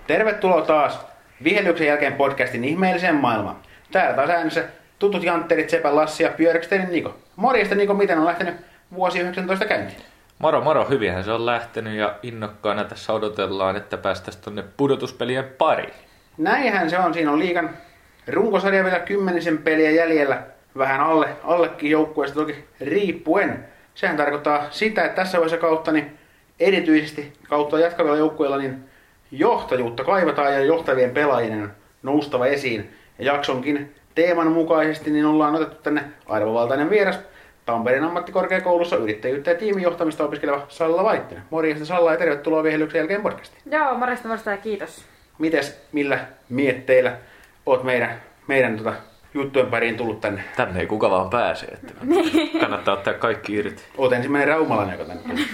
Tervetuloa taas Vihellyksen jälkeen podcastin ihmeelliseen maailmaan. Täällä taas äänessä tutut jantterit Sepä Lassi ja pyöräksteinen Niko. Morjesta Niko, miten on lähtenyt vuosi 19 käyntiin? Moro, hyvinhän se on lähtenyt ja innokkaana tässä odotellaan, että päästäisiin tuonne pudotuspelien pariin. Näinhän se on, siinä on liigan runkosarja vielä 10 peliä jäljellä. Vähän allekin joukkueesta toki riippuen. Sehän tarkoittaa sitä, että tässä vaiheessa kautta niin erityisesti kautta jatkavilla joukkueilla niin johtajuutta kaivataan ja johtavien pelaajien noustava esiin. Ja jaksonkin teeman mukaisesti niin ollaan otettu tänne arvovaltainen vieras Tampereen ammattikorkeakoulussa yrittäjyyttä ja tiimijohtamista opiskeleva Salla Vaittinen. Morjesta Salla ja tervetuloa Vihellyksen jälkeen podcastiin. Joo, morjesta ja kiitos. Millä mietteillä oot meidän juttujen pariin tullut tänne? Tänne ei kuka vaan pääse, että kannattaa ottaa kaikki irti. Oot ensimmäinen raumalainen, joka tänne tuli.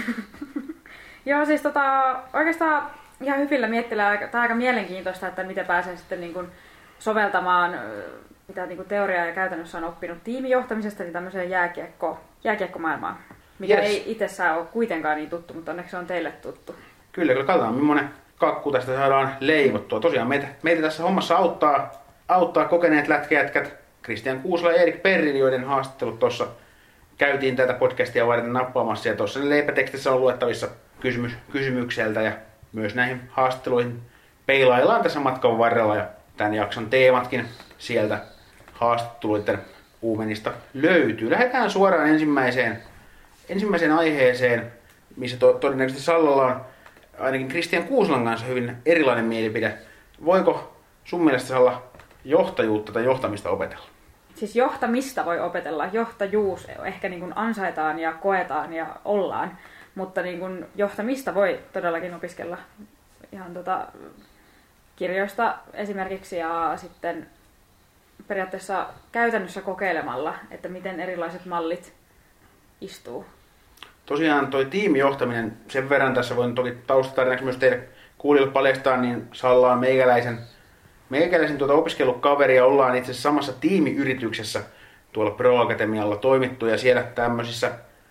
Joo, siis oikeastaan ihan hyvillä mietteillä tämä aika mielenkiintoista, että miten pääsee sitten niin kuin soveltamaan mitä niin kuin teoriaa ja käytännössä on oppinut tiimijohtamisesta niin tämmöiseen jääkiekkomaailmaan, mikä ei itsessään ole kuitenkaan niin tuttu, mutta onneksi se on teille tuttu. Kyllä, katsotaan millainen kakku tästä saadaan leivottua. Tosiaan meitä tässä hommassa auttaa kokeneet lätkäjätkät Kristian Kuusela ja Erik Perrin, joiden haastattelut tuossa käytiin tätä podcastia varten nappaamassa. Ja tuossa leipätekstissä on luettavissa kysymykseltä ja myös näihin haastatteluihin peilaillaan tässä matkan varrella. Ja tämän jakson teematkin sieltä haastatteluiden uumenista löytyy. Lähdetään suoraan ensimmäiseen aiheeseen, missä todennäköisesti Sallalla on ainakin Kristian Kuuselan kanssa hyvin erilainen mielipide. Voiko sun mielestä Salla johtajuutta tai johtamista opetella? Siis johtamista voi opetella. Johtajuus ehkä niin kuin ansaitaan ja koetaan ja ollaan, mutta niin kuin johtamista voi todellakin opiskella ihan kirjoista esimerkiksi ja sitten periaatteessa käytännössä kokeilemalla, että miten erilaiset mallit istuu. Tosiaan toi tiimijohtaminen, sen verran tässä voin toki taustatarinaksi myös teille kuulijoille paljastaa, niin Salla on meikäläisen opiskelukaveri ja ollaan itse asiassa samassa tiimiyrityksessä tuolla Pro Akatemialla toimittu ja siellä tämmöisissä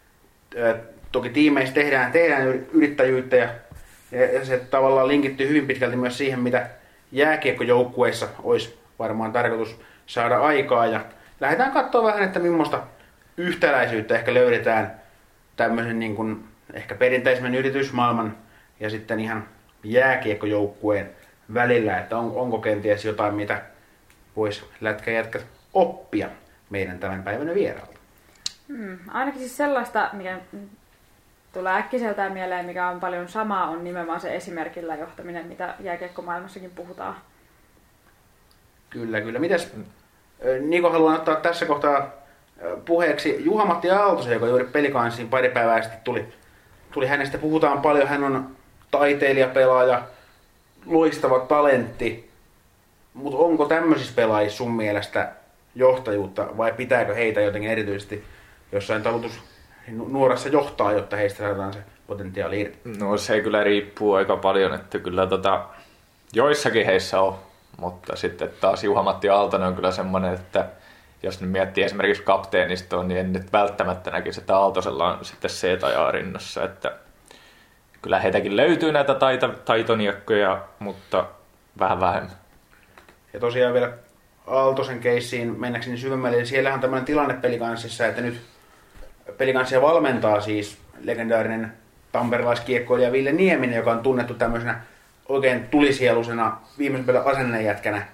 toki tiimeissä tehdään yrittäjyyttä ja se tavallaan linkittyy hyvin pitkälti myös siihen, mitä jääkiekkojoukkueissa olisi varmaan tarkoitus saada aikaa ja lähdetään katsoa vähän, että millaista yhtäläisyyttä ehkä löydetään tämmöisen niin kuin ehkä perinteisemmän yritysmaailman ja sitten ihan jääkiekkojoukkueen välillä, että onko kenties jotain, mitä voisi lätkäjätkät oppia meidän tämän päivän vieraalta. Ainakin siis sellaista, mikä tulee äkkiseltään mieleen, mikä on paljon samaa, on nimenomaan se esimerkillä johtaminen, mitä jääkiekkomaailmassakin puhutaan. Kyllä. Mites Niko, haluan ottaa tässä kohtaa puheeksi Juha-Matti Aaltosen, joka juuri Pelicansiin pari päivää sitten tuli hänestä. Puhutaan paljon, hän on taiteilijapelaaja, loistava talentti, mutta onko tämmöisissä pelaajissa sun mielestä johtajuutta vai pitääkö heitä jotenkin erityisesti jossain nuorassa johtaa, jotta heistä saadaan se potentiaali irti? No se kyllä riippuu aika paljon, että kyllä joissakin heissä on, mutta sitten taas Juha-Matti Aaltonen on kyllä semmoinen, että jos nyt miettii esimerkiksi kapteenistoa, niin en nyt välttämättä näkisi, että Aaltosella on sitten C-tajaa rinnassa, että kyllä heitäkin löytyy näitä taitoniekkoja, mutta vähän vähemmän. Ja tosiaan vielä Aaltosen keissiin mennäkseni syvemmälle, niin siellähän on tämmöinen tilanne Pelicansissa, että nyt Pelicansia valmentaa siis legendaarinen tamperelaiskiekkoilija Ville Nieminen, joka on tunnettu tämmöisenä oikein tulisielusena viimeisen pelin asennejätkänä,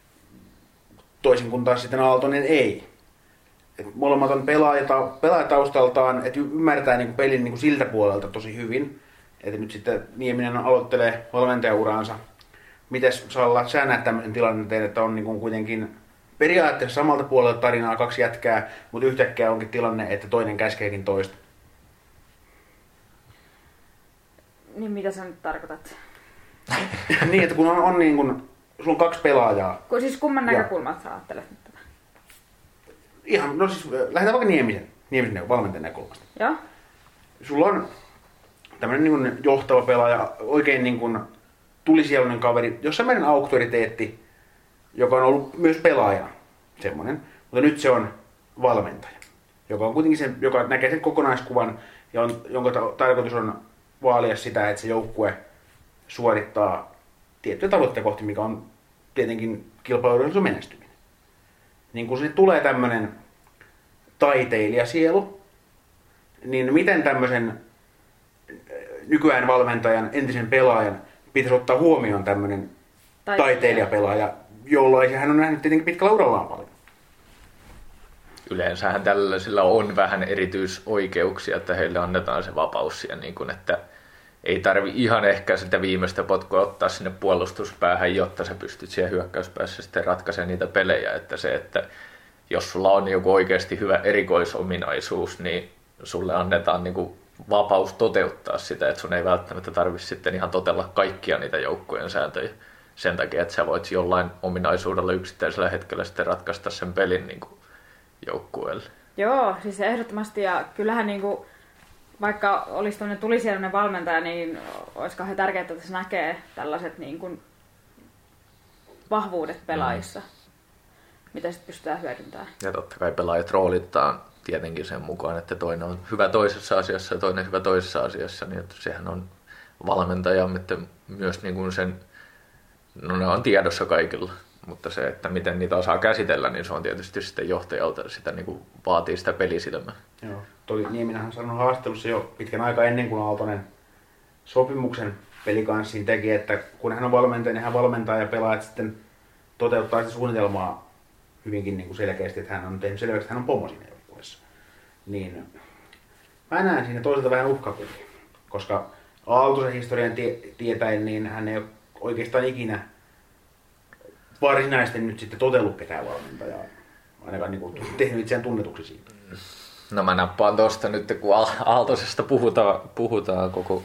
toisin kuin taas sitten Aaltonen ei. Et molemmat on pelaajataustaltaan, että ymmärtää niin kuin pelin niin kuin siltä puolelta tosi hyvin. Että nyt sitten Nieminen aloittelee valmentajauraansa. Mites Salla, sä näet tämmöisen tilanteen, että on niin kuin kuitenkin periaatteessa samalta puolelta tarinaa 2 jätkää, mutta yhtäkkiä onkin tilanne, että toinen käskeekin toista? Niin mitä sä nyt tarkoitat? Niin, että kun on niin kuin, sulla on 2 pelaajaa. Siis kumman näkökulmat sä ajattelet nyt tätä? Ihan, no siis lähdetään vaikka Niemisen valmentajan näkökulmasta. Joo. Sulla on tämmöinen niin kuin johtava pelaaja, oikein niin kuin tulisieluinen kaveri, jossain meidän auktoriteetti, joka on ollut myös pelaajana semmoinen, mutta nyt se on valmentaja, joka on kuitenkin se, joka näkee sen kokonaiskuvan ja jonka tarkoitus on vaalia sitä, että se joukkue suorittaa tiettyjä tavoitteita kohti, mikä on tietenkin kilpailuudessa menestyminen. Niin kun sinne tulee tämmöinen taiteilijasielu, niin miten tämmöisen nykyään valmentajan, entisen pelaajan pitäisi ottaa huomioon tämmöinen taiteilijapelaaja, jollaisia hän on nähnyt tietenkin pitkällä urallaan paljon? Yleensähän tällaisilla on vähän erityisoikeuksia, että heille annetaan se vapaus ja niin kuin, että ei tarvi ihan ehkä sitä viimeistä potkua ottaa sinne puolustuspäähän, jotta sä pystyt siihen hyökkäyspäässä sitten ratkaisemaan niitä pelejä. Että se, että jos sulla on joku oikeasti hyvä erikoisominaisuus, niin sulle annetaan niin kuin vapaus toteuttaa sitä, että sun ei välttämättä tarvitse sitten ihan totella kaikkia niitä joukkueen sääntöjä sen takia, että sä voit jollain ominaisuudella yksittäisellä hetkellä sitten ratkaista sen pelin niin kuin joukkueelle. Joo, siis ehdottomasti, ja kyllähän niin kuin, vaikka olisi tämmöinen tulisijainen valmentaja, niin olisi kauhean tärkeää, että se näkee tällaiset niin kuin vahvuudet pelaajissa, mitä sitten pystytään hyödyntämään. Ja totta kai pelaajat roolittaa tietenkin sen mukaan, että toinen on hyvä toisessa asiassa ja toinen hyvä toisessa asiassa, niin että sehän on valmentaja, mutta myös niin kuin sen, no ne on tiedossa kaikilla, mutta se, että miten niitä osaa käsitellä, niin se on tietysti sitten johtajalta, sitä niin kuin vaatii sitä pelisilmää. Joo, toi Nieminenhän sanoi haastattelussa jo pitkän aikaa ennen kuin Aaltonen sopimuksen pelikanssiin teki, että kun hän on valmentaja, niin hän valmentaa ja pelaajat sitten toteuttaa sitä suunnitelmaa hyvinkin niin kuin selkeästi, että hän on tehnyt selväksi, että hän on pomo siinä joukkueessa. Niin mä näen siinä toisaalta vähän uhkakuvia, koska Aaltosen historian tietäen, niin hän ei ole oikeastaan ikinä varsinaisesti nyt sitten totellut ketään valmentajaa, ainakaan niin kuin tehnyt itseään tunnetuksi siitä. No mä nappaan tosta nyt, kun Aaltosesta puhutaan koko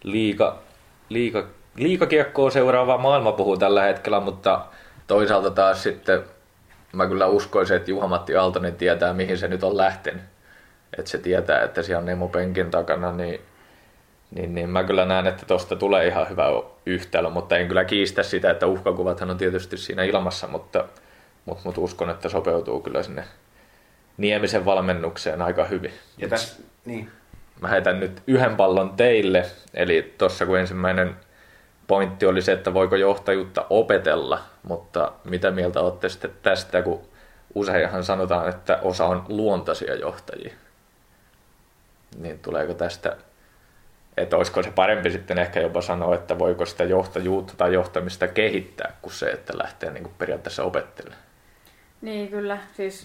liigakiekkoa seuraava maailma puhuu tällä hetkellä, mutta toisaalta taas sitten mä kyllä uskoisin, että Juha-Matti Aaltonen tietää, mihin se nyt on lähtenyt. Että se tietää, että siellä on Nemo penkin takana, niin mä kyllä näen, että tosta tulee ihan hyvä yhtälö, mutta en kyllä kiistä sitä, että uhkakuvathan on tietysti siinä ilmassa, mutta uskon, että sopeutuu kyllä sinne Niemisen valmennukseen aika hyvin. Ja tässä, niin. Mä heitän nyt yhden pallon teille, eli tuossa kun ensimmäinen pointti oli se, että voiko johtajuutta opetella, mutta mitä mieltä olette sitten tästä, kun useinhan sanotaan, että osa on luontaisia johtajia. Niin tuleeko tästä, että olisiko se parempi sitten ehkä jopa sanoa, että voiko sitä johtajuutta tai johtamista kehittää, kuin se, että lähtee niin kuin periaatteessa opettelemaan. Niin kyllä, siis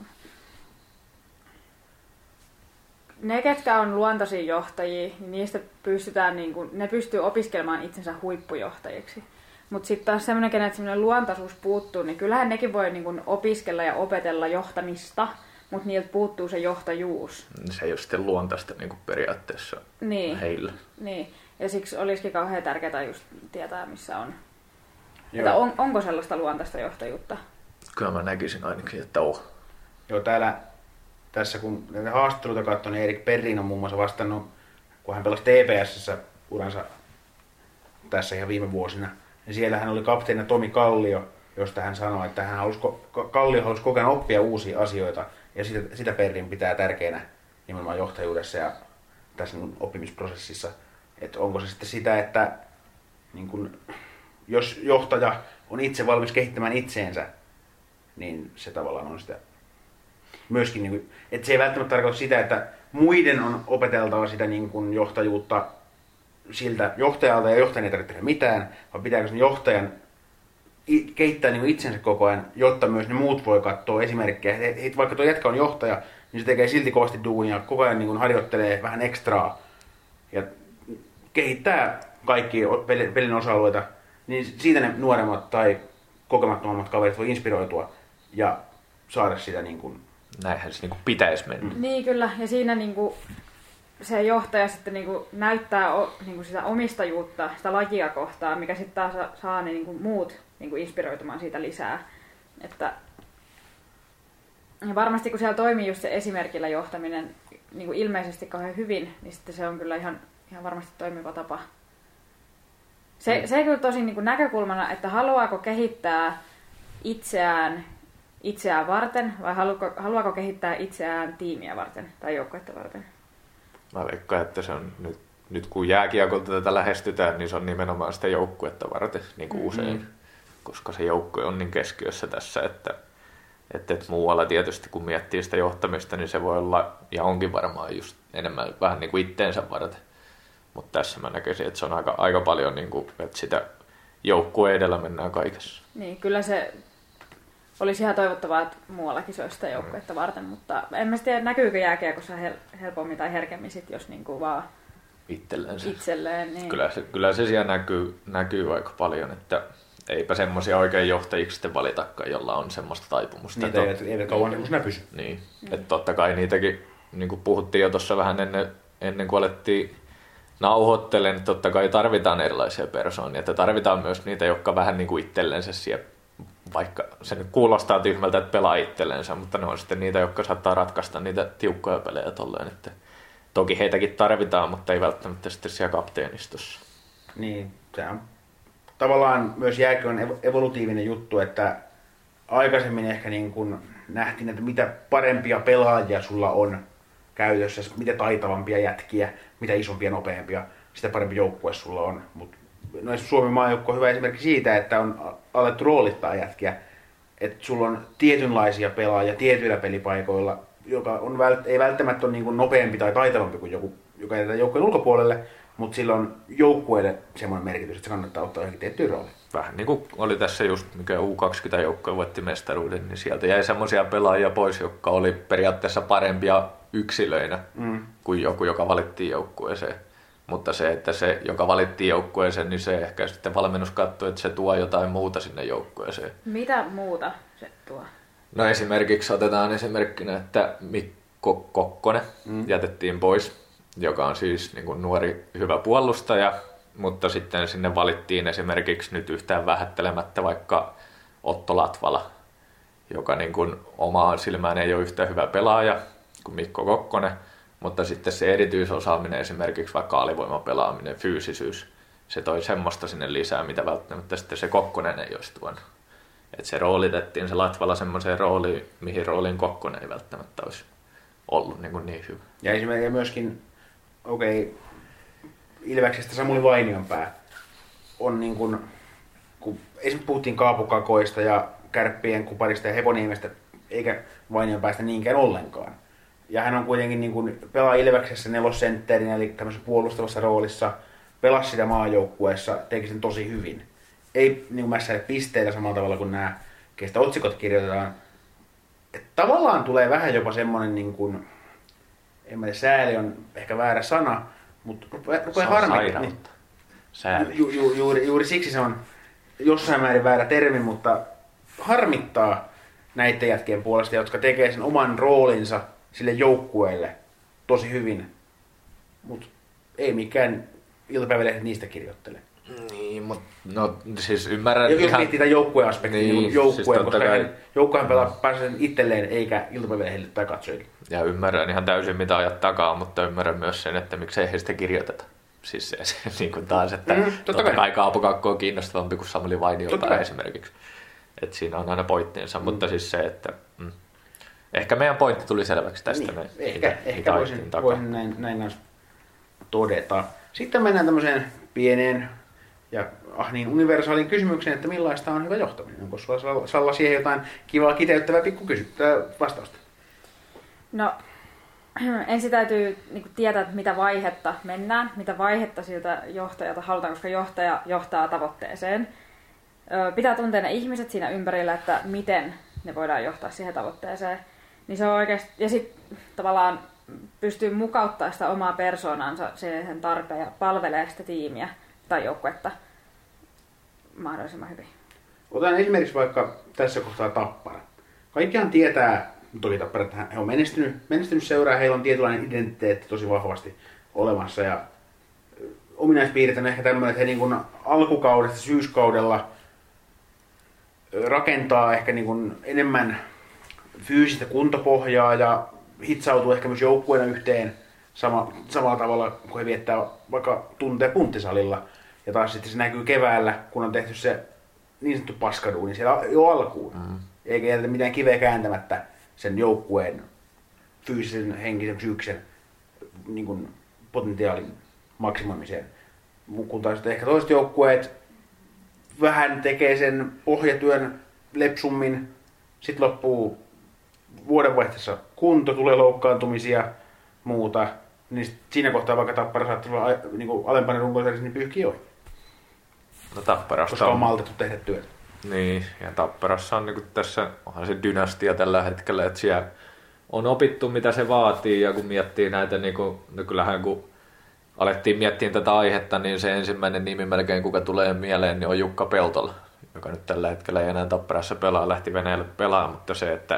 ne, ketkä on luontaisia johtajia, niin niistä pystytään, niin kuin, ne pystyy opiskelemaan itsensä huippujohtajiksi. Mutta sitten taas semmoinen, kenet semmoinen luontaisuus puuttuu, niin kyllähän nekin voi niin kuin opiskella ja opetella johtamista, mutta niiltä puuttuu se johtajuus. Se ei ole sitten luontaista niin kuin periaatteessa heillä. Niin, ja siksi olisikin kauhean tärkeää just tietää, missä on. Että onko sellaista luontaista johtajuutta? Kyllä mä näkisin ainakin, että on. Joo, tässä kun näitä haastatteluita katsoin, niin Erik Perrin on muun muassa vastannut, kun hän pelasi TPS:ssä uransa tässä ihan viime vuosina. Ja siellä hän oli kapteenina Tomi Kallio, josta hän sanoi, että Kallio halusi koko ajan oppia uusia asioita. Ja sitä Perrin pitää tärkeänä nimenomaan johtajuudessa ja tässä oppimisprosessissa. Että onko se sitten sitä, että niin kun, jos johtaja on itse valmis kehittämään itseensä, niin se tavallaan on sitä myöskin, niin kuin, että se ei välttämättä tarkoita sitä, että muiden on opeteltava sitä niin kuin johtajuutta siltä johtajalta ja johtajan ei tarvitse tehdä mitään, vaan pitääkö sen johtajan kehittää niin kuin itsensä koko ajan, jotta myös ne muut voi katsoa esimerkkejä. Vaikka tuo jätkä on johtaja, niin se tekee silti kovasti duunia, koko ajan niin kuin harjoittelee vähän ekstraa ja kehittää kaikkia pelin osa-alueita, niin siitä ne nuoremmat tai kokemattomammat kaverit voi inspiroitua ja saada sitä niin kuin. Näinhän se niin pitäisi mennä. Niin kyllä, ja siinä niin kuin se johtaja sitten niin kuin näyttää niin kuin sitä omistajuutta, sitä lajia kohtaan, mikä sitten taas saa ne niin kuin muut niin kuin inspiroitumaan siitä lisää. Että ja varmasti kun siellä toimii just se esimerkillä johtaminen niin kuin ilmeisesti kauhean hyvin, niin sitten se on kyllä ihan varmasti toimiva tapa. Se kyllä tosin niin kuin näkökulmana, että haluaako kehittää itseään varten vai haluaako kehittää itseään tiimiä varten tai joukkuetta varten? Mä veikkaan, että se on nyt nyt kun jääkiekolta tätä lähestytään, niin se on nimenomaan sitä joukkuetta varten niin kuin usein, koska se joukkue on niin keskiössä tässä, että muualla tietysti kun miettii sitä johtamista, niin se voi olla ja onkin varmaan just enemmän vähän niin kuin itteensä varten. Mutta tässä mä näkisin, että se on aika paljon, niin kuin, että sitä joukkueen edellä mennään kaikessa. Niin, kyllä se olisi ihan toivottavaa, että muuallakin se olisi sitä joukkuetta varten, mutta en mä tiedä, näkyykö jääkiekossa helpommin tai herkemmin sit, jos niinku vaan itselleen. Niin. Kyllä se siellä näkyy aika paljon, että eipä semmoisia oikein johtajiksi sitten valitakaan, jolla on semmoista taipumusta. Niitä ei kauan niin kuin pysy. Niin, että totta kai niitäkin, niin kuin puhuttiin jo tuossa vähän ennen kuin alettiin nauhoittelemaan, niin totta kai tarvitaan erilaisia persoonia, että tarvitaan myös niitä, jotka vähän niin kuin itsellensä siellä, vaikka se nyt kuulostaa tyhmältä, että pelaa itsellensä, mutta ne on sitten niitä, jotka saattaa ratkaista niitä tiukkoja pelejä tolleen, että toki heitäkin tarvitaan, mutta ei välttämättä sitten siellä kapteenistossa. Niin, se on tavallaan myös jääkiekon evolutiivinen juttu, että aikaisemmin ehkä niin kuin nähtiin, että mitä parempia pelaajia sulla on käytössä, mitä taitavampia jätkiä, mitä isompia, nopeampia, sitä parempi joukkue sulla on. Mutta Suomen maajoukkue on hyvä esimerkki siitä, että on alettu roolittaa jätkiä, että sulla on tietynlaisia pelaajia tietyillä pelipaikoilla, joka on ei välttämättä ole niin kuin nopeampi tai taitavampi kuin joku, joka jätetään joukkueen ulkopuolelle, mutta sillä on joukkueelle semmoinen merkitys, että se kannattaa ottaa johonkin tiettyyn rooliin. Vähän niin kuin oli tässä just, mikä U20-joukkue voitti mestaruuden, niin sieltä jäi semmoisia pelaajia pois, jotka oli periaatteessa parempia yksilöinä kuin joku, joka valittiin joukkueeseen. Mutta se, että se, joka valittiin joukkueeseen, niin se ehkä sitten valmennus katsoi, että se tuo jotain muuta sinne joukkueeseen. Mitä muuta se tuo? No esimerkiksi otetaan esimerkkinä, että Mikko Kokkonen jätettiin pois, joka on siis niin kuin nuori hyvä puolustaja, mutta sitten sinne valittiin esimerkiksi nyt yhtään vähättelemättä vaikka Otto Latvala, joka niin kuin omaan silmään ei ole yhtä hyvä pelaaja kuin Mikko Kokkonen, mutta sitten se erityisosaaminen, esimerkiksi vaikka alivoimapelaaminen, fyysisyys, se toi semmoista sinne lisää, mitä välttämättä sitten se Kokkonen ei olisi tuonut. Että se roolitettiin se Latvala semmoiseen rooliin, mihin rooliin Kokkonen ei välttämättä olisi ollut niin hyvä. Ja esimerkiksi myöskin, Ilveksestä Samuli Vainionpää on niin kuin, kun esimerkiksi puhuttiin Kaapukakoista ja Kärppien Kuparista ja Hevoniemestä, eikä Vainionpäästä niinkään ollenkaan. Ja hän on kuitenkin niin kuin pelaa Ilveksessä nelosentterinä, eli tämmöisessä puolustavassa roolissa, pelasi sitä maajoukkueessa, teki sen tosi hyvin. Ei niin kuin mässäile pisteillä samalla tavalla kuin nämä, keistä otsikot kirjoitetaan. Että tavallaan tulee vähän jopa semmoinen, niin kuin, en mä tiedä, sääli on ehkä väärä sana, mutta rupeaa harmittaa. Juuri siksi se on jossain määrin väärä termi, mutta harmittaa näiden jätkien puolesta, jotka tekee sen oman roolinsa sille joukkueelle tosi hyvin. Mutta ei mikään iltapäivälehdet niistä kirjoittele. Niin, mutta no siis ymmärrän jos ihan... miettii tämän joukkueen-aspektia, niin joukkueen, siis koska joukkueen pelaa pääsee itselleen eikä iltapäivälehdille tai katsojille. Ja ymmärrän ihan täysin mitä ajat takaa, mutta ymmärrän myös sen, että miksei heistä kirjoiteta. Siis se niin kuin taas, että totta kai Kaapokakko on kiinnostavampi kuin Samuli Vainionpää esimerkiksi. Että siinä on aina pointtinsa, mutta siis se, että ehkä meidän pointti tuli selväksi tästä. Niin, ehkä voisin näin todeta. Sitten mennään tämmöiseen pieneen ja niin universaalin kysymykseen, että millaista on hyvä johtaminen. Onko sulla Salla siihen jotain kivaa kiteyttävää vastausta? No, ensin täytyy tietää, että mitä vaihetta mennään, mitä vaihetta siltä johtajalta halutaan, koska johtaja johtaa tavoitteeseen. Pitää tuntea ne ihmiset siinä ympärillä, että miten ne voidaan johtaa siihen tavoitteeseen. Niin se on oikeasti, ja sitten tavallaan pystyy mukauttaa sitä omaa persoonansa sen tarpeen ja palvelee sitä tiimiä tai joukkuetta mahdollisimman hyvin. Otetaan esimerkiksi vaikka tässä kohtaa Tappara. Kaikkihan tietää, toki Tappara, että he on menestynyt seuraa, heillä on tietynlainen identiteetti tosi vahvasti olemassa. Ja ominaispiirteet on ehkä tämmöinen, että he niin kuin alkukaudesta, syyskaudella rakentaa ehkä niin kuin enemmän fyysistä kuntopohjaa ja hitsautuu ehkä myös joukkueena yhteen samalla tavalla, kun he viettää vaikka tunteja punttisalilla. Ja taas sitten se näkyy keväällä, kun on tehty se niin sanottu paskaduuni siellä jo alkuun. Eikä jätetä mitään kiveä kääntämättä sen joukkueen fyysisen, henkisen, psyykkisen niin kuin potentiaalin maksimoimiseen. Kun taas ehkä toiset joukkueet vähän tekee sen pohjatyön lepsummin, sitten loppuu vuodenvaihteessa kunto, tulee loukkaantumisia, muuta, niin siinä kohtaa vaikka Tappara saattaa olla niin alempana runkosarjassa, niin pyyhkii ohi. No Tapparasta koska on maltettu tehdä työtä. Niin, ja Tapparassa on niin tässä, onhan se dynastia tällä hetkellä, että siellä on opittu mitä se vaatii, ja kun miettii näitä, niin kuin, no kyllähän kun alettiin miettiä tätä aihetta, niin se ensimmäinen nimi melkein, kuka tulee mieleen, niin on Jukka Peltola, joka nyt tällä hetkellä ei enää Tapparassa pelaa, lähti Venäjälle pelaamaan, mutta se, että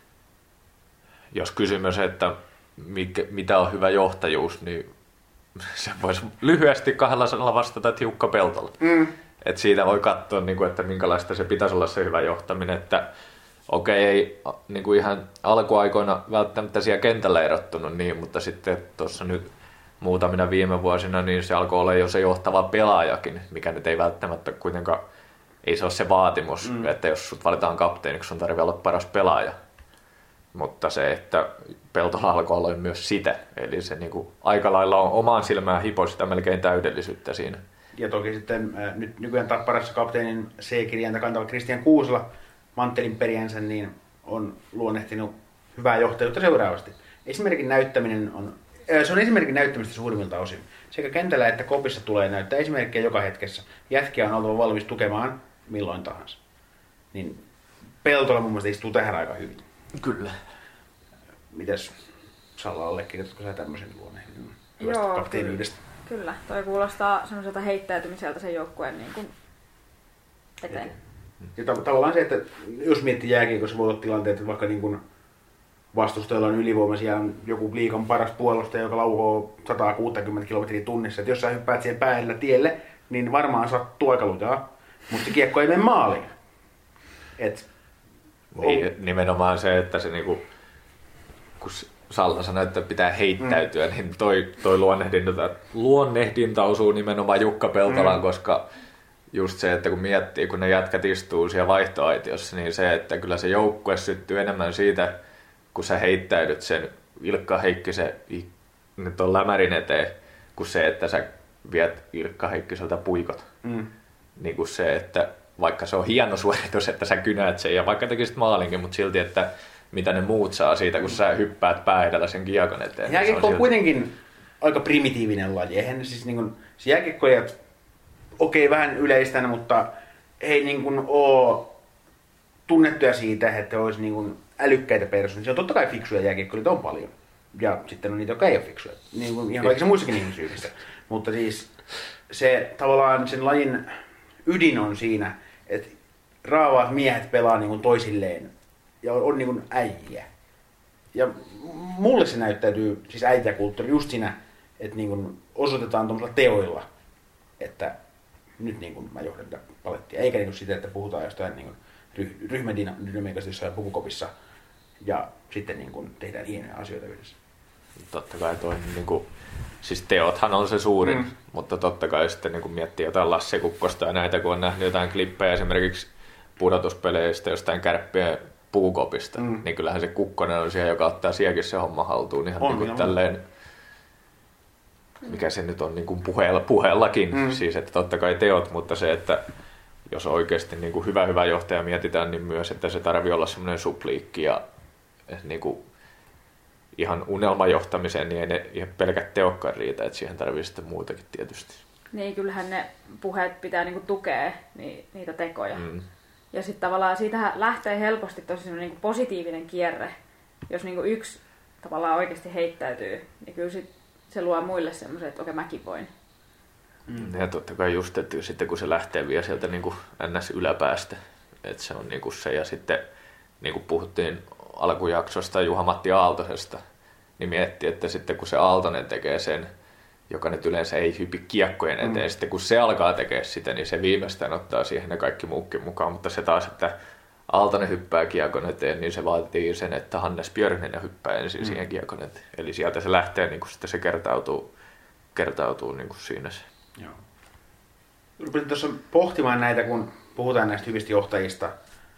jos kysymys, että mitä on hyvä johtajuus, niin se voisi lyhyesti 2 sanalla vastata, että Jukka Peltola. Että siitä voi katsoa, että minkälaista se pitäisi olla se hyvä johtaminen, että okei, ei niin kuin ihan alkuaikoina välttämättä siellä kentällä erottunut niin, mutta sitten tuossa nyt muutamina viime vuosina niin se alkoi olla jo se johtava pelaajakin, mikä nyt ei välttämättä kuitenkaan, ei se ole se vaatimus, että jos sut valitaan kapteeniksi, sun tarvitsee olla paras pelaaja. Mutta se, että Peltola alkoi olla myös sitä, eli se niin kuin aika lailla on omaan silmään hipoi sitä melkein täydellisyyttä siinä. Ja toki sitten nyt nykyään Tapparassa kapteenin C-kirjainta kantava Kristian Kuusela manttelin periänsä, niin on luonnehtinut hyvää johtajuutta seuraavasti. Esimerkin näyttäminen se on esimerkin näyttämistä suurimmilta osin. Sekä kentällä että kopissa tulee näyttää esimerkkejä joka hetkessä. Jätkiä on oltava valmis tukemaan milloin tahansa. Niin Peltola mun mielestä istuu tähän aika hyvin. Kyllä. Mites Salla, allekirjoitatko sä tämmöisen luonnehdin Joo, kapteeniudesta? Kyllä, toi kuulostaa semmoiselta heittäytymiseltä sen joukkueen niin kuin eteen. Ja tavallaan se, että jos miettii jääkiekossa, voi olla tilanteet, että vaikka niin kuin vastustajalla on ylivoimaisia, on joku liigan paras puolustaja, joka laukoo 160 kilometriä tunnissa. Että jos sä hyppäät siihen päällä tielle, niin varmaan sattuu aika lujaa, mutta se kiekko ei mene maaliin. Niin, nimenomaan se, että se niinku, kun Salla sanoi, että pitää heittäytyä, niin toi luonnehdinta osuu nimenomaan Jukka Peltolaan, koska just se, että kun miettii, kun ne jätkät istuu siellä vaihtoaitiossa, niin se, että kyllä se joukkue syttyy enemmän siitä, kun sä heittäydyt sen Ilkka Heikkisen nyt on lämärin eteen, kuin se, että sä viet Ilkka Heikkiseltä puikot. Niin kuin se, että vaikka se on hieno suoritus, että sä kynät sen ja vaikka tekisit maalinkin, mutta silti, että mitä ne muut saa siitä, kun sä hyppäät pää edellä sen kiekon eteen. Jääkiekko on kuitenkin aika primitiivinen laji. Eihän siis niin kuin, jääkiekkoilijat vähän yleistän, mutta ei niin kuin ole tunnettuja siitä, että olisi niin kuin älykkäitä persoonia. Se on totta kai fiksuja jääkiekkoilijoita on paljon. Ja sitten on niitä, jotka ei ole fiksuja. Niin kuin ihan kaikissa muissakin ihmisyyksissä. Mutta siis se tavallaan sen lajin ydin on siinä, että raavaat miehet pelaa niin kuin toisilleen ja on niin kuin äijä. Ja mulle se näyttäytyy, siis äijäkulttuuri, just siinä, että niin kuin osoitetaan tuollaisilla teoilla, että nyt niin kuin mä johdan tätä palettia. Eikä niin kuin sitä, että puhutaan jostain niin kuin ryhmädynamiikasta jossain pukukopissa ja sitten niin kuin tehdään hienoja asioita yhdessä. Totta kai toi, niin kuin, siis teothan on se suurin, mutta totta kai sitten niin kuin miettii jotain Lasse Kukkosta ja näitä, kun on nähnyt jotain klippejä esimerkiksi pudotuspeleistä jostain Kärppien pukukopista, niin kyllähän se Kukkonen on siellä, joka ottaa sielläkin se homma haltuun ihan niin kuin tälleen, mikä se nyt on niin kuin puheellakin, siis että totta kai teot, mutta se, että jos oikeasti niin kuin hyvä johtaja mietitään, niin myös, että se tarvii olla semmoinen supliikki ja niin kuin ihan unelmajohtamiseen, niin ei ne ihan pelkät teokkaan riitä, että siihen tarvii sitten muutakin tietysti. Niin, kyllähän ne puheet pitää niinku tukea niitä tekoja. Ja sitten tavallaan siitä lähtee helposti tosi niinku positiivinen kierre. Jos niinku yksi tavallaan oikeasti heittäytyy, niin kyllä se luo muille semmoisen, että okei, mäkin voin. Ja totta kai just, että sitten kun se lähtee vielä sieltä niin kuin NS-yläpäästä, että se on niin kuin se, ja sitten niin kuin puhuttiin alkujaksosta Juha-Matti Aaltosesta, niin miettii, että sitten kun se Aaltonen tekee sen, joka nyt yleensä ei hypi kiekkojen eteen, sitten kun se alkaa tekemään sitä, niin se viimeistään ottaa siihen ne kaikki muukin mukaan, mutta se taas, että Aaltonen hyppää kiekon eteen, niin se vaatii sen, että Hannes Björninen hyppää ensin siihen kiekon eteen. Eli sieltä se lähtee, niin kuin sitten se kertautuu niin kuin siinä se. Joo. Rupesin tuossa pohtimaan näitä, kun puhutaan näistä hyvistä johtajista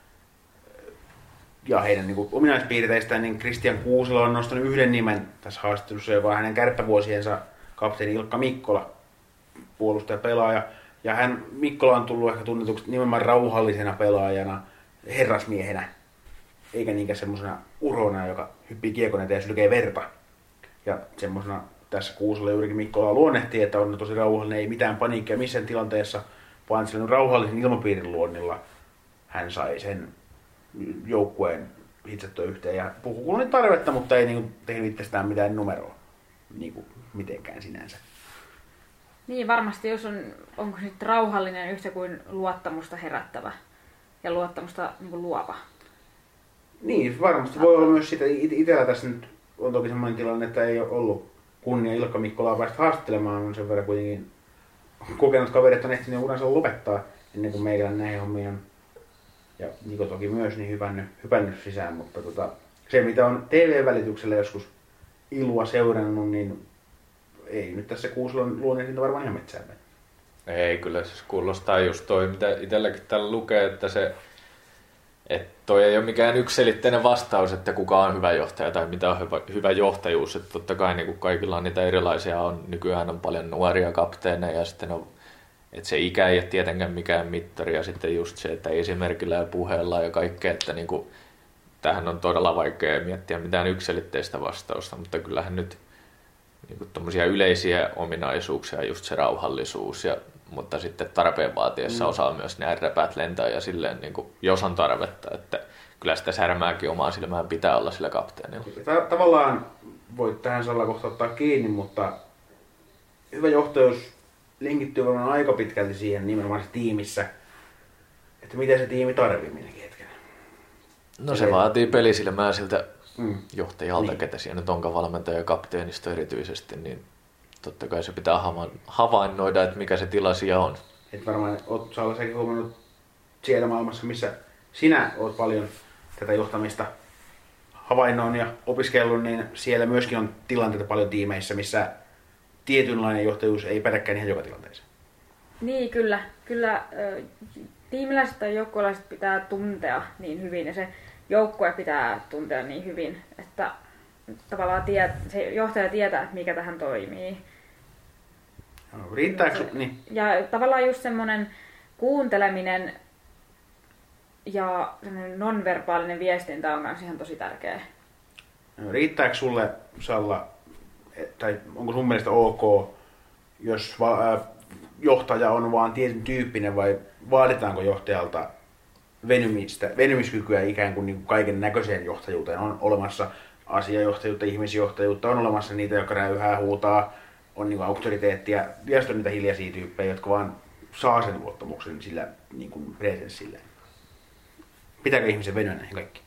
ja heidän niin kuin ominaispiirteistään, niin Kristian Kuusela on nostanut yhden nimen tässä haastattelussa, joka on hänen kärppävuosiensa kapteeni Ilkka Mikkola, puolustaja-pelaaja. Ja Mikkola on tullut ehkä tunnetuksi nimenomaan rauhallisena pelaajana, herrasmiehenä, eikä niinkään semmoisena urona, joka hyppii kiekon eteen ja sylkee verta. Ja semmoisena tässä Kuusolla juurikin Mikkola luonnehtii, että on tosi rauhallinen, ei mitään paniikkia missään tilanteessa, vaan sellainen rauhallisen ilmapiirin luonnilla hän sai sen joukkueen hitsettyä yhteen. Ja puhukulla oli tarvetta, mutta ei niinku tehnyt itsestään mitään numeroa niinku mitenkään sinänsä. Niin, varmasti jos onko sitten rauhallinen yhtä kuin luottamusta herättävä ja luottamusta niin kuin luova. Niin, varmasti voi olla myös sitä. Itellä tässä nyt on toki sellainen tilanne, että ei ole ollut kunnia Ilkka Mikkolaa päästä haastattelemaan, on sen verran kuitenkin kokenut kaverit on ehtinyt uransa lopettaa ennen kuin meillä näihin hommiin on, ja Niko toki myös, niin hypännyt sisään, mutta se mitä on TV-välityksellä joskus Ilua seurannut, niin ei nyt tässä Kuuselon luonnehdinta varmaan ihan metsään mennä. Ei, kyllä se kuulostaa just toi, mitä itselläkin täällä lukee, että toi ei ole mikään yksiselitteinen vastaus, että kuka on hyvä johtaja tai mitä on hyvä johtajuus. Että totta kai niin kuin kaikilla on niitä erilaisia, nykyään on paljon nuoria kapteeneja ja sitten on, että se ikä ei ole tietenkään mikään mittari ja sitten just se, että esimerkillä ja puheella ja kaikkea, että niin kuin, tähän on todella vaikea miettiä mitään yksiselitteistä vastausta, mutta kyllähän nyt niin tommosia yleisiä ominaisuuksia, just se rauhallisuus, mutta sitten tarpeen vaatiessa osaa myös nämä räpät lentää ja silleen, niin kuin, jos on tarvetta, että kyllä sitä särmääkin omaan silmään pitää olla sillä kapteenilla. Tavallaan voit tähän Salla kohta ottaa kiinni, mutta hyvä johtajuus linkittyy varmaan aika pitkälti siihen nimenomaan tiimissä, että mitä se tiimi tarvii minäkin hetkenä. No se vaatii pelisilmää siltä johtajalta, niin. Ketä siellä nyt onkaan valmentaja ja kapteenista erityisesti, niin totta kai se pitää havainnoida, että mikä se tila siellä on. Et varmaan oot Salla sekin huomannut siellä maailmassa, missä sinä oot paljon tätä johtamista havainnoin ja opiskellut, niin siellä myöskin on tilanteita paljon tiimeissä, missä tietynlainen johtajuus ei pädäkään ihan joka tilanteeseen. Niin, kyllä tiimiläiset tai joukkueelaiset pitää tuntea niin hyvin ja se joukkue pitää tuntea niin hyvin, että tavallaan se johtaja tietää, että mikä tähän toimii. No, riittääkö? Niin. Ja tavallaan just semmoinen kuunteleminen ja nonverbaalinen viestintä on myös ihan tosi tärkeä. No, riittääkö sulle, Salla, tai onko sun mielestä ok, jos johtaja on vaan tietyn tyyppinen vai vaaditaanko johtajalta venymiskykyä ikään kuin kaiken näköiseen johtajuuteen? On olemassa asiajohtajuutta, ihmisjohtajuutta, on olemassa niitä, jotka räyhää, huutaa, on niin auktoriteettia, ja sitten on niitä hiljaisia tyyppejä, jotka vaan saa sen luottamuksen sillä niin kuin presenssillä. Pitääkö ihmisen venyä näihin kaikki?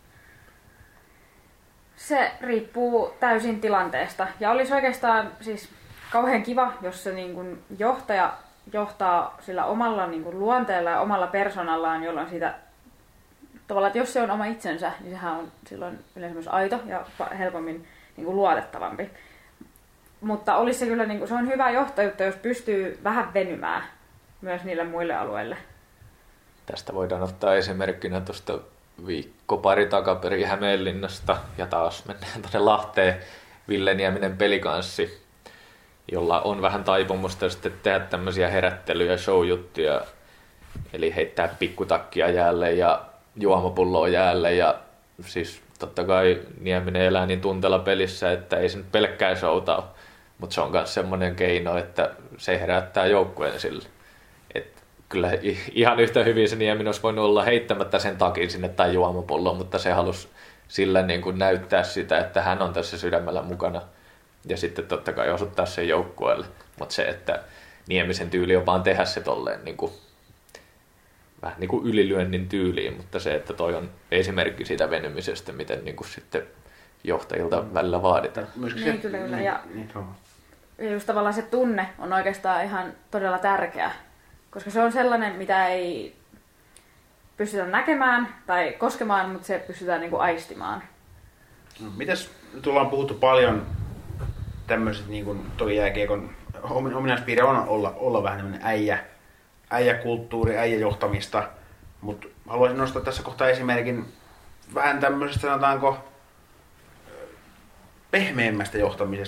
Se riippuu täysin tilanteesta. Ja olisi oikeastaan siis kauhean kiva, jos se niin kuin johtaja johtaa sillä omalla niin kuin luonteella ja omalla persoonallaan, jolloin siitä tavallaan, että jos se on oma itsensä, niin sehän on silloin yleensä myös aito ja helpommin niin kuin luotettavampi. Mutta olisi se kyllä, niin kuin, se on hyvä johtajuutta, jos pystyy vähän venymään myös niille muille alueille. Tästä voidaan ottaa esimerkkinä tuosta pari takaperin Hämeenlinnasta ja taas mennään tuonne Lahteen Ville Nieminen pelikanssi, jolla on vähän taipumusta sitten tehdä tämmöisiä herättelyjä, show-juttuja, eli heittää pikkutakkia jäälle ja juomapulloa jäälle ja siis totta kai Nieminen elää niin tunteella pelissä, että ei se nyt pelkkää showta ole, mutta se on myös semmoinen keino, että se herättää joukkueen sille. Kyllä ihan yhtä hyvin se Nieminen olisi voinut olla heittämättä sen takin sinne tai juomapulloon, mutta se halusi sillä niin kuin näyttää sitä, että hän on tässä sydämellä mukana ja sitten totta kai osoittaa sen joukkueelle. Mutta se, että Niemisen tyyli on vaan tehdä se tolleen niin kuin, vähän niin kuin ylilyönnin tyyliin, mutta se, että toi on esimerkki siitä venymisestä, miten niin kuin sitten johtajilta välillä vaaditaan. Niin, kyllä. Ja just tavallaan se tunne on oikeastaan ihan todella tärkeä. Koska se on sellainen, mitä ei pystytä näkemään tai koskemaan, mutta se pystytään niin kuin aistimaan. No, mites nyt ollaan puhuttu paljon tämmöiset, niin kuin toki jääkiekon ominaispiirre on olla vähän tämmöinen äijäkulttuuri, äijäjohtamista, mutta haluaisin nostaa tässä kohtaa esimerkin vähän tämmöisestä, sanotaanko, pehmeämmästä johtamisesta,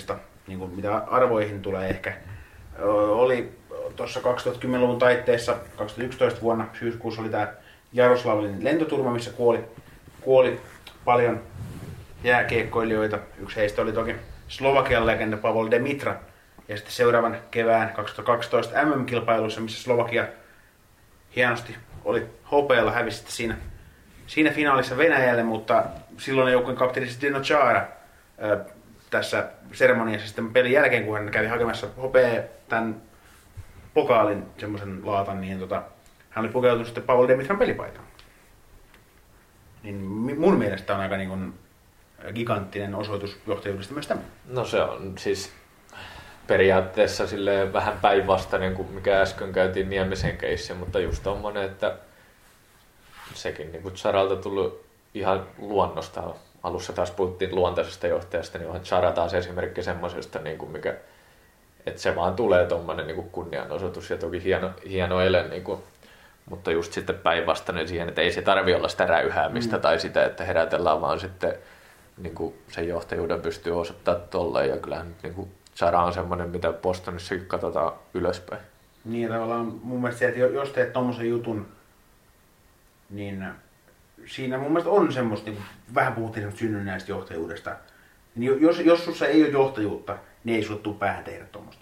niin kuin mitä arvoihin tulee ehkä. Oli tuossa 2010-luvun taitteessa, 2011 vuonna syyskuussa oli tämä Jaroslavlin lentoturma, missä kuoli paljon jääkiekkoilijoita. Yksi heistä oli toki Slovakian legenda Pavol Demitra. Ja sitten seuraavan kevään 2012 MM-kilpailussa, missä Slovakia hienosti oli hopealla, hävisi siinä finaalissa Venäjälle, mutta silloin joukkueen kapteeni Zdeno Chara tässä seremoniassa sitten pelin jälkeen, kun hän kävi hakemassa hopea tämän pokaalin semmoisen laatan, niin hän oli pukeutunut sitten Pavol Demitran pelipaitaan. Niin mun mielestä on aika niin kuin giganttinen osoitus johtajuudesta myös tämä. No se on siis periaatteessa silleen vähän päinvastainen kuin mikä äsken käytiin Niemisen keissi, mutta just tommonen, että sekin niin kuin Charalta tullut ihan luonnosta. Alussa taas puhuttiin luontaisesta johtajasta, niin onhan Chara taas esimerkki semmoisesta, niin kuin mikä, että se vaan tulee tommonen niin kuin kunnianosoitus ja toki hieno ele, niin kuin, mutta just sitten päinvastainen siihen, että ei se tarvi olla sitä räyhäämistä tai sitä, että herätellään vaan sitten niin kuin sen johtajuuden pystyy osoittamaan tolleen ja kyllähän niin kuin Chara on semmoinen, mitä Bostonissakin katsotaan ylöspäin. Niin ja tavallaan mun mielestä se, että jos teet tommosen jutun, niin siinä mun mielestä on semmoista, niin vähän puhuttiin semmoista synnynnäistä johtajuudesta. Niin jos sussa ei ole johtajuutta, niin ei sulle tule päähän tehdä tommoista.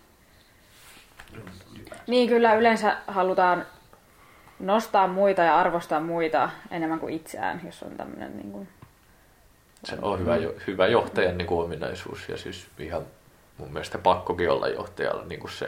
Niin kyllä yleensä halutaan nostaa muita ja arvostaa muita enemmän kuin itseään, jos on tämmöinen niin kuin... Se on hyvä johtajan niin kuin ominaisuus ja siis ihan mun mielestä pakkokin olla johtajalla niin kuin se,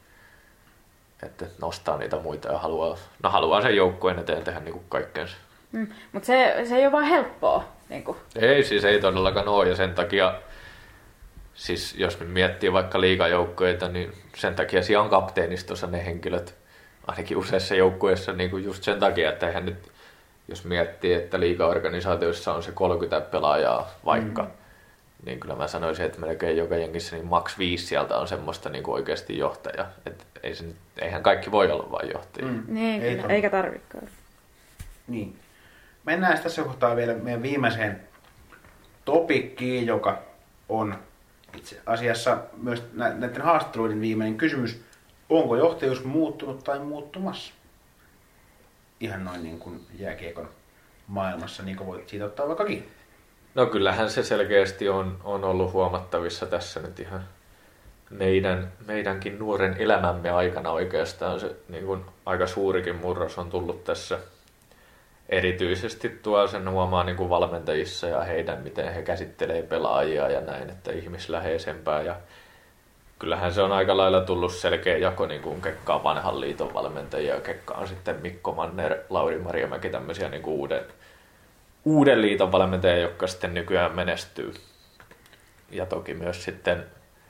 että nostaa niitä muita ja haluaa sen joukkueen eteen tehdä niin kuin kaikkeensa. Mutta se ei ole vaan helppoa. Niin kuin. Ei, siis ei todellakaan ole ja sen takia, siis jos nyt miettii vaikka liigajoukkueita, niin sen takia siellä on kapteenistossa ne henkilöt, ainakin useissa joukkueissa niin kuin just sen takia, että eihän nyt, jos miettii, että liigaorganisaatioissa on se 30 pelaajaa vaikka, niin kyllä mä sanoisin, että melkein joka jengissä niin maks 5 sieltä on semmoista niin kuin oikeasti johtaja. Et eihän kaikki voi olla vain johtajia. Niin, eikä tarvitsekaan. Niin. Mennään tässä kohtaa vielä meidän viimeiseen topikkiin, joka on itse asiassa myös näiden haastatteluiden viimeinen kysymys. Onko johtajuus muuttunut tai muuttumassa? Ihan noin niin kuin jääkiekon maailmassa, niin kuin voit siitä ottaa vaikka kiinni. No kyllähän se selkeästi on ollut huomattavissa tässä nyt ihan meidänkin nuoren elämämme aikana oikeastaan se niin kuin aika suurikin murros on tullut tässä. Erityisesti tuo sen huomaa niin kuin valmentajissa ja heidän, miten he käsittelee pelaajia ja näin, että ihmisläheisempää. Ja kyllähän se on aika lailla tullut selkeä jako, niin kuin Kekka on vanhan liiton valmentajia ja Kekka on sitten Mikko Manner, Lauri Marjamäki, tämmöisiä niin kuin uuden liiton valmentajia, jotka sitten nykyään menestyy. Ja toki myös sitten,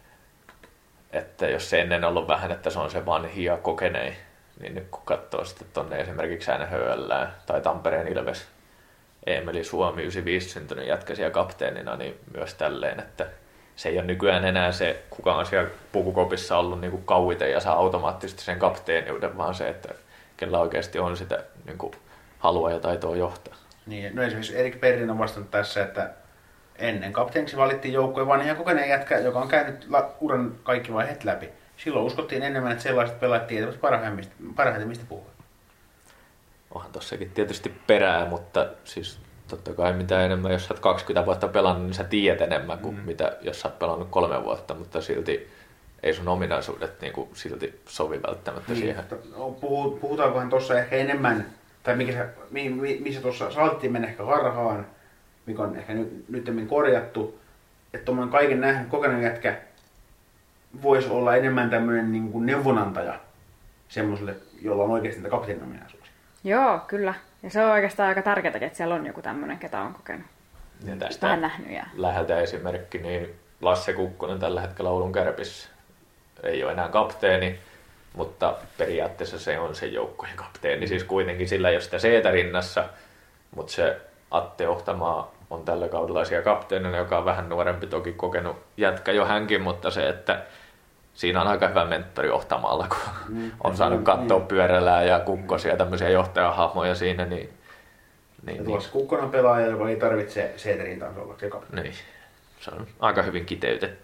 että jos se ennen ollut vähän, että se on se vanhi ja kokenein, niin nyt kun katsoo sitten tuonne esimerkiksi NHL tai Tampereen Ilves, Eemeli Suomi, 95 syntynyt jätkä siellä kapteenina, niin myös tälleen, että se ei ole nykyään enää se, kuka on siellä pukukopissa ollut niin kuin kauiten ja saa automaattisesti sen kapteeniuden, vaan se, että kellä oikeasti on sitä niin kuin halua ja taitoa johtaa. Niin, no esimerkiksi Erik Perrin on vastannut tässä, että ennen kapteeniksi valittiin joukkueen vanha ja kokeneen jätkä, joka on käynyt uran kaikki vaiheet läpi. Silloin uskottiin enemmän, että sellaiset pelaajat tietävät parhaiten mistä puhua. Onhan tossakin tietysti perää, mutta siis totta kai mitä enemmän, jos sä oot 20 vuotta pelannut, niin sä tiedät enemmän kuin mitä, jos sä oot pelannut 3 vuotta, mutta silti ei sun ominaisuudet niin kuin silti sovi välttämättä niin, siihen. Puhutaankohan tuossa ehkä enemmän, tai missä tuossa saatettiin mennä ehkä harhaan, mikä on ehkä nyt korjattu, että tuommoinen kaiken nähnyt kokenut jätkä voisi olla enemmän tämmöinen niin kuin neuvonantaja semmoiselle, jolla on oikeasti niitä kapteenin ominaisuuksia. Joo, kyllä. Ja se on oikeastaan aika tärkeää, että siellä on joku tämmöinen, ketä on kokenut. Ja tästä vähän nähnyt. Ja... läheltä esimerkki, niin Lasse Kukkonen tällä hetkellä Oulun Kärpissä ei ole enää kapteeni, mutta periaatteessa se on se joukkueen kapteeni. Siis kuitenkin sillä ei ole sitä C-tä rinnassa, mutta se Atte Ohtamaa on tällä kaudella siellä kapteenina, joka on vähän nuorempi, toki kokenut jätkä jo hänkin, mutta se, että siinä on aika hyvä mentori Ohtamaalla, kun on saanut katsoa pyörällää ja Kukkosia ja tämmöisiä johtajahahmoja siinä. Niin, tuossa Kukkonen on pelaaja, joka ei tarvitse C-rintaan olla se kapteeni. Niin, se on aika hyvin kiteytetty.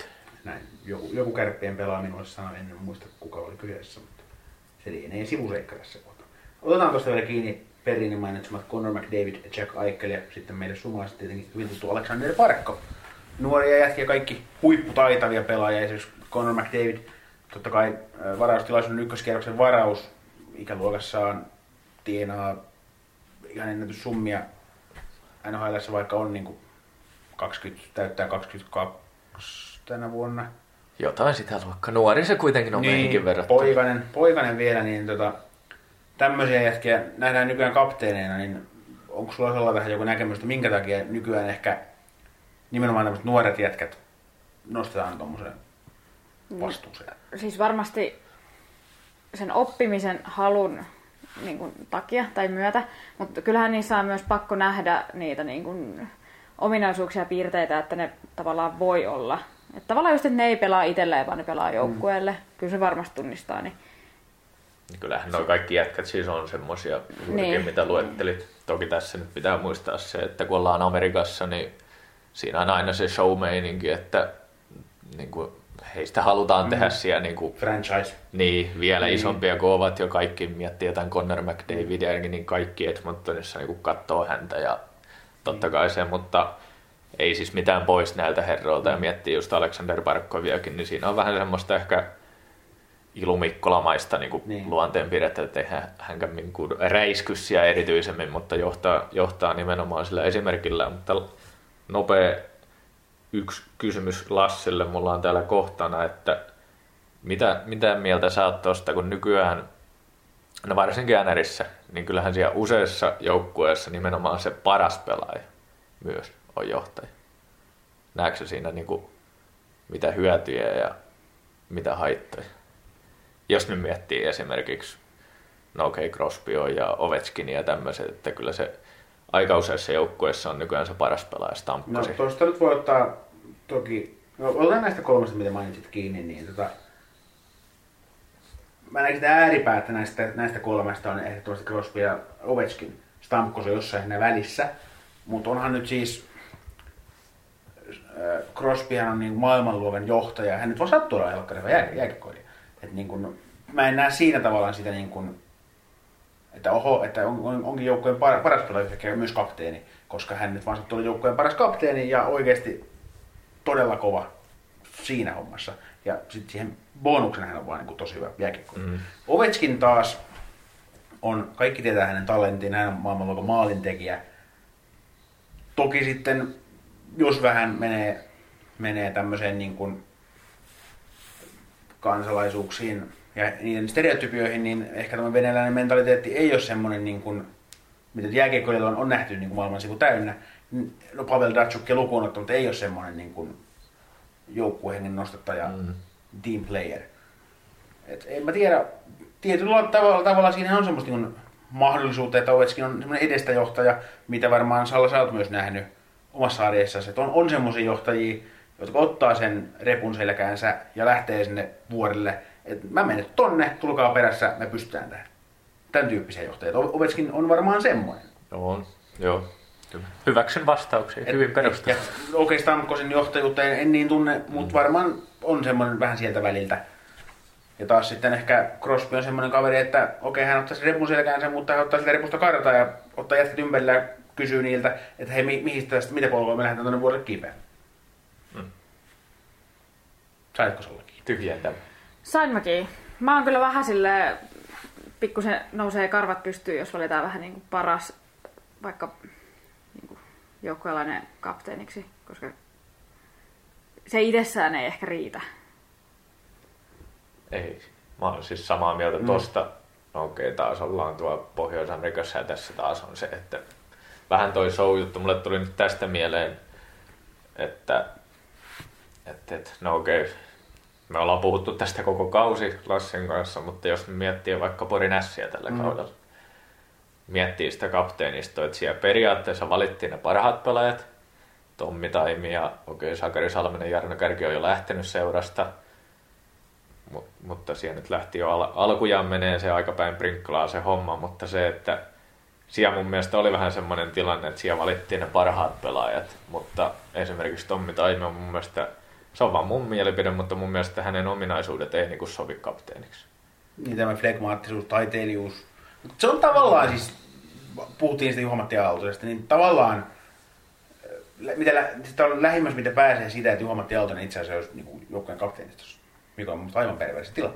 näin. Joku Kärppien pelaa minulle sanoi, en muista kuka oli kyseessä, mutta se lienee sivuseikka tässä kohtaa. Otetaan tuosta vielä kiinni Perrinin mainitsemat Connor McDavid ja Jack Eichel ja sitten meille suomalaiset tietenkin hyvin tuttu Alexander Barkov. Nuoria jätkiä, kaikki huipputaitavia pelaajia, esimerkiksi Connor McDavid, totta kai varaustilaisuuden ykköskierroksen varaus ikäluokassaan tienaa ihan ennätyssummia NHL:ssä, vaikka on niin kuin 20, täyttää 22 tänä vuonna. Jotain sitä luokkaa. Nuori se kuitenkin on meihinkin verrattuna. Poikanen vielä, niin tämmöisiä jätkiä nähdään nykyään kapteeneina, niin onko sulla sellainen vähän joku näkemys, että minkä takia nykyään ehkä nimenomaan tämmöiset nuoret jätkät nostetaan tuommoiseen vastuuseen? Siis varmasti sen oppimisen halun niin kuin, takia tai myötä, mutta kyllähän niissä on myös pakko nähdä niitä niin kuin, ominaisuuksia ja piirteitä, että ne tavallaan voi olla. Että tavallaan just, että ne ei pelaa itselleen, vaan ne pelaa joukkueelle. Kyllä se varmasti tunnistaa. Niin. Kyllähän nuo kaikki jätkät siis on semmosia, niin. Mitä luettelit. Toki tässä nyt pitää muistaa se, että kun ollaan Amerikassa, niin siinä on aina se show-meininki, että niin kuin, heistä halutaan tehdä siellä niin kuin, franchise. Niin, vielä isompia kuin ovat jo kaikki. Miettii jotain Connor McDavidia, niin kaikki Edmontonissa niin katsoo häntä ja totta kai se, mutta ei siis mitään pois näiltä herroilta. Ja miettii just Alexander Barkoviakin, niin siinä on vähän semmoista ehkä ilumikkolamaista niin luonteenpidettä, että ei hänkään niin räiskyssiä erityisemmin, mutta johtaa nimenomaan sillä esimerkillä. Mutta nopea yksi kysymys Lassille mulla on täällä kohtana, että mitä mieltä sä oot tosta, kun nykyään, no varsinkin NRissä, niin kyllähän siellä useissa joukkueissa nimenomaan se paras pelaaja myös on johtaja. Näetkö sä siinä niin kuin, mitä hyötyjä ja mitä haittoja? Jos nyt miettii esimerkiksi Crosby ja Ovechkinia ja tämmöiset, että kyllä se aika useissa joukkueissa on nykyään se paras pelaaja Stamkosi. No tuosta nyt voi ottaa toki, otetaan näistä kolmesta, mitä mainitsit kiinni, niin mä näkisin ääripää, että näistä kolmesta on ehdottomasti Crosby ja Ovechkin. Stamkos on jossain siinä välissä, mutta onhan nyt siis Crosbyhan on niin maailmanluokan johtaja, hän nyt voi sattua olla helkkari jääkiekkoilija. Niin mä en näe siinä tavallaan sitä, niin kuin, että onkin joukkueen paras pelaaja ja myös kapteeni, koska hän nyt vaan sattuu olla joukkueen paras kapteeni ja oikeasti todella kova siinä hommassa. Ja sitten siihen bonuksena hän on vaan niin tosi hyvä jääkiekkoilija. Ovechkin taas on, kaikki tietää hänen talentin, hän on maailmanluokan maalintekijä. Toki sitten, jos vähän menee tämmöiseen niin kuin kansalaisuuksiin ja niiden stereotypioihin, niin ehkä tämä venäläinen mentaliteetti ei ole semmoinen, niin kuin, mitä jääkiekkoilijoilla on nähty niin kuin maailman sivu täynnä. No Pavel Datsyukia lukuun ottamatta ei ole semmoinen niin kuin joukkuehengen nostattaja, team player. Et en mä tiedä, tietyllä tavalla siinä on semmoista niin mahdollisuutta, että Ovechkin on semmoinen edestäjohtaja, mitä varmaan Salla sä oot myös nähnyt omassa arjessasi, että on semmoisia johtajia, jotka ottaa sen repun selkäänsä ja lähtee sinne vuorille, että mä menen tonne, tulkaa perässä, me pystytään tähän. Tämän tyyppisiä johtajia. Ovechkin on varmaan semmoinen. On, joo. Hyväksyn vastauksia, hyvin perusteltu. Okei, Stamkosin johtajuutta en niin tunne, mutta varmaan on semmoinen vähän sieltä väliltä. Ja taas sitten ehkä Crosby on semmoinen kaveri, että okei, hän ottaa sen repun selkäänsä, mutta hän ottaa sitä repusta kartaa ja ottaa jätkät ympärillä ja kysyy niiltä, että hei, mihin tästä, mitä polkua me lähdetään tuonne vuodelle kipeään. Saitko Sallakin? Tyhjentävä. Sain mäkin. Mä oon kyllä vähän silleen, pikkusen nousee karvat pystyyn, jos valitaan vähän niin kuin paras, vaikka niin joukkueelainen kapteeniksi, koska se itsessään ei ehkä riitä. Ei. Mä oon siis samaa mieltä tosta. Okei, taas ollaan tuolla Pohjois-Amerikassa ja tässä taas on se, että vähän toi show-juttu. Mulle tuli nyt tästä mieleen, että no okei, me ollaan puhuttu tästä koko kausi Lassin kanssa, mutta jos miettii vaikka Porin Ässiä tällä kaudella, miettii sitä kapteenistoa, että siellä periaatteessa valittiin ne parhaat pelaajat, Tommi Taimi ja Sakari Salminen, Jarno Kärki on jo lähtenyt seurasta, mutta siellä nyt lähti jo alkujaan menee se aikapäin prinkklaa se homma, mutta se, että siellä mun mielestä oli vähän semmoinen tilanne, että siellä valittiin ne parhaat pelaajat, mutta esimerkiksi Tommi Taimi on mun mielestä Se on vaan mun mielipide, mutta mun mielestä hänen ominaisuudet ei niinku sovi kapteeniksi. Niin tämä flegmaattisuus, taiteilijuus. Se on tavallaan siis, puhuttiin sitä Juha-Matti Aaltosesta, niin tavallaan sitä on lähimmäs, mitä pääsee siitä, että Juha-Matti Aaltonen itse asiassa olisi niin joukkueen kapteenistossa, mikä on musta aivan perversi tila.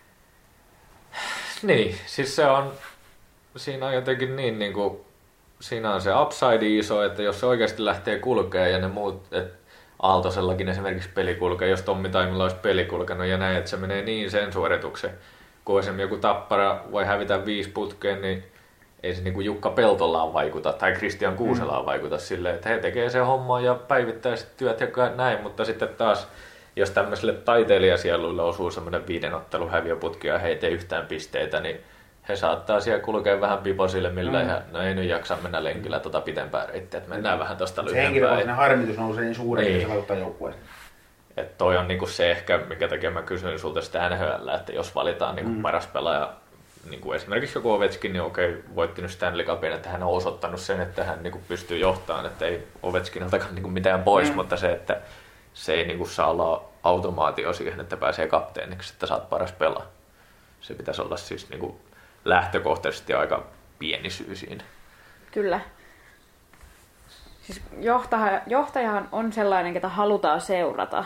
Niin, siis se on, siinä on jotenkin niinku, siinä on se upside iso, että jos se oikeasti lähtee kulkee ja ne muut, että Aaltosellakin esimerkiksi peli kulkee, jos Tommi Taimilla olisi peli kulkenut ja näin, että se menee niin sen suorituksen, kun esimerkiksi joku Tappara voi hävitä 5 putkeen, niin ei se niinku Jukka Peltolaan vaikuta tai Kristian Kuuselaan vaikuta silleen, että he tekee sen hommaa ja päivittäiset työt ja näin, mutta sitten taas jos tämmöiselle taiteilijasieluille osuu semmoinen 5 ottelun häviöputki ja he ei tee yhtään pisteitä, niin he saattaa siellä kulkea vähän piposilmillä ja no ei nyt jaksa mennä lenkillä pitempää reittiä, että mennään vähän tosta lyhyempää. Se henkilökohtainen harmitus nousee niin suureksi, että se vaikuttaa joukkueeseen. Että toi on niinku se ehkä, mikä takia mä kysyin sulta sitä NHL, että jos valitaan niinku paras pelaaja, niinku esimerkiksi joku Ovechkin, niin okei, voitti nyt Stanley Cupin, että hän on osoittanut sen, että hän niinku pystyy johtamaan, että ei Ovechkiniltakaan niinku mitään pois, mutta se, että se ei niinku saa olla automaatio siihen, että pääsee kapteeniksi, että saat paras pelaa. Se pitäisi olla siis niinku lähtökohtaisesti aika pieni syy siinä. Kyllä. Siis johtajahan on sellainen, ketä halutaan seurata.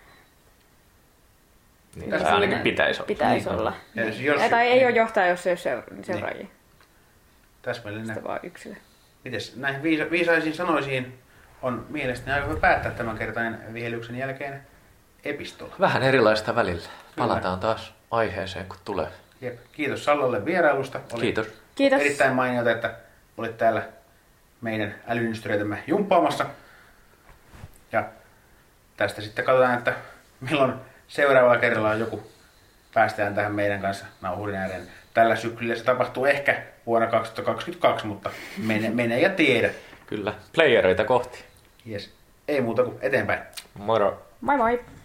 Niin, se ainakin pitäisi olla. Pitäisi olla. Tai ei ole johtaja, jos ei ole seuraajia. Niin. Täsmällinen. Sitä vaan yksilö. Mites näihin viisaisiin sanoisiin on mielestäni aika hyvä päättää tämänkertainen vihelyksen jälkeen epistola. Vähän erilaista välillä. Palataan taas aiheeseen, kun tulee. Jep. Kiitos Sallalle vierailusta. Oli Kiitos. Erittäin mainiota, että olit täällä meidän älynystyröitämme jumppaamassa. Ja tästä sitten katsotaan, että milloin seuraavalla kerralla joku päästään tähän meidän kanssa nauhurin ääreen. Tällä syklillä se tapahtuu ehkä vuonna 2022, mutta mene ja tiedä. Kyllä, playereita kohti. Yes. Ei muuta kuin eteenpäin. Moro. Moi moi!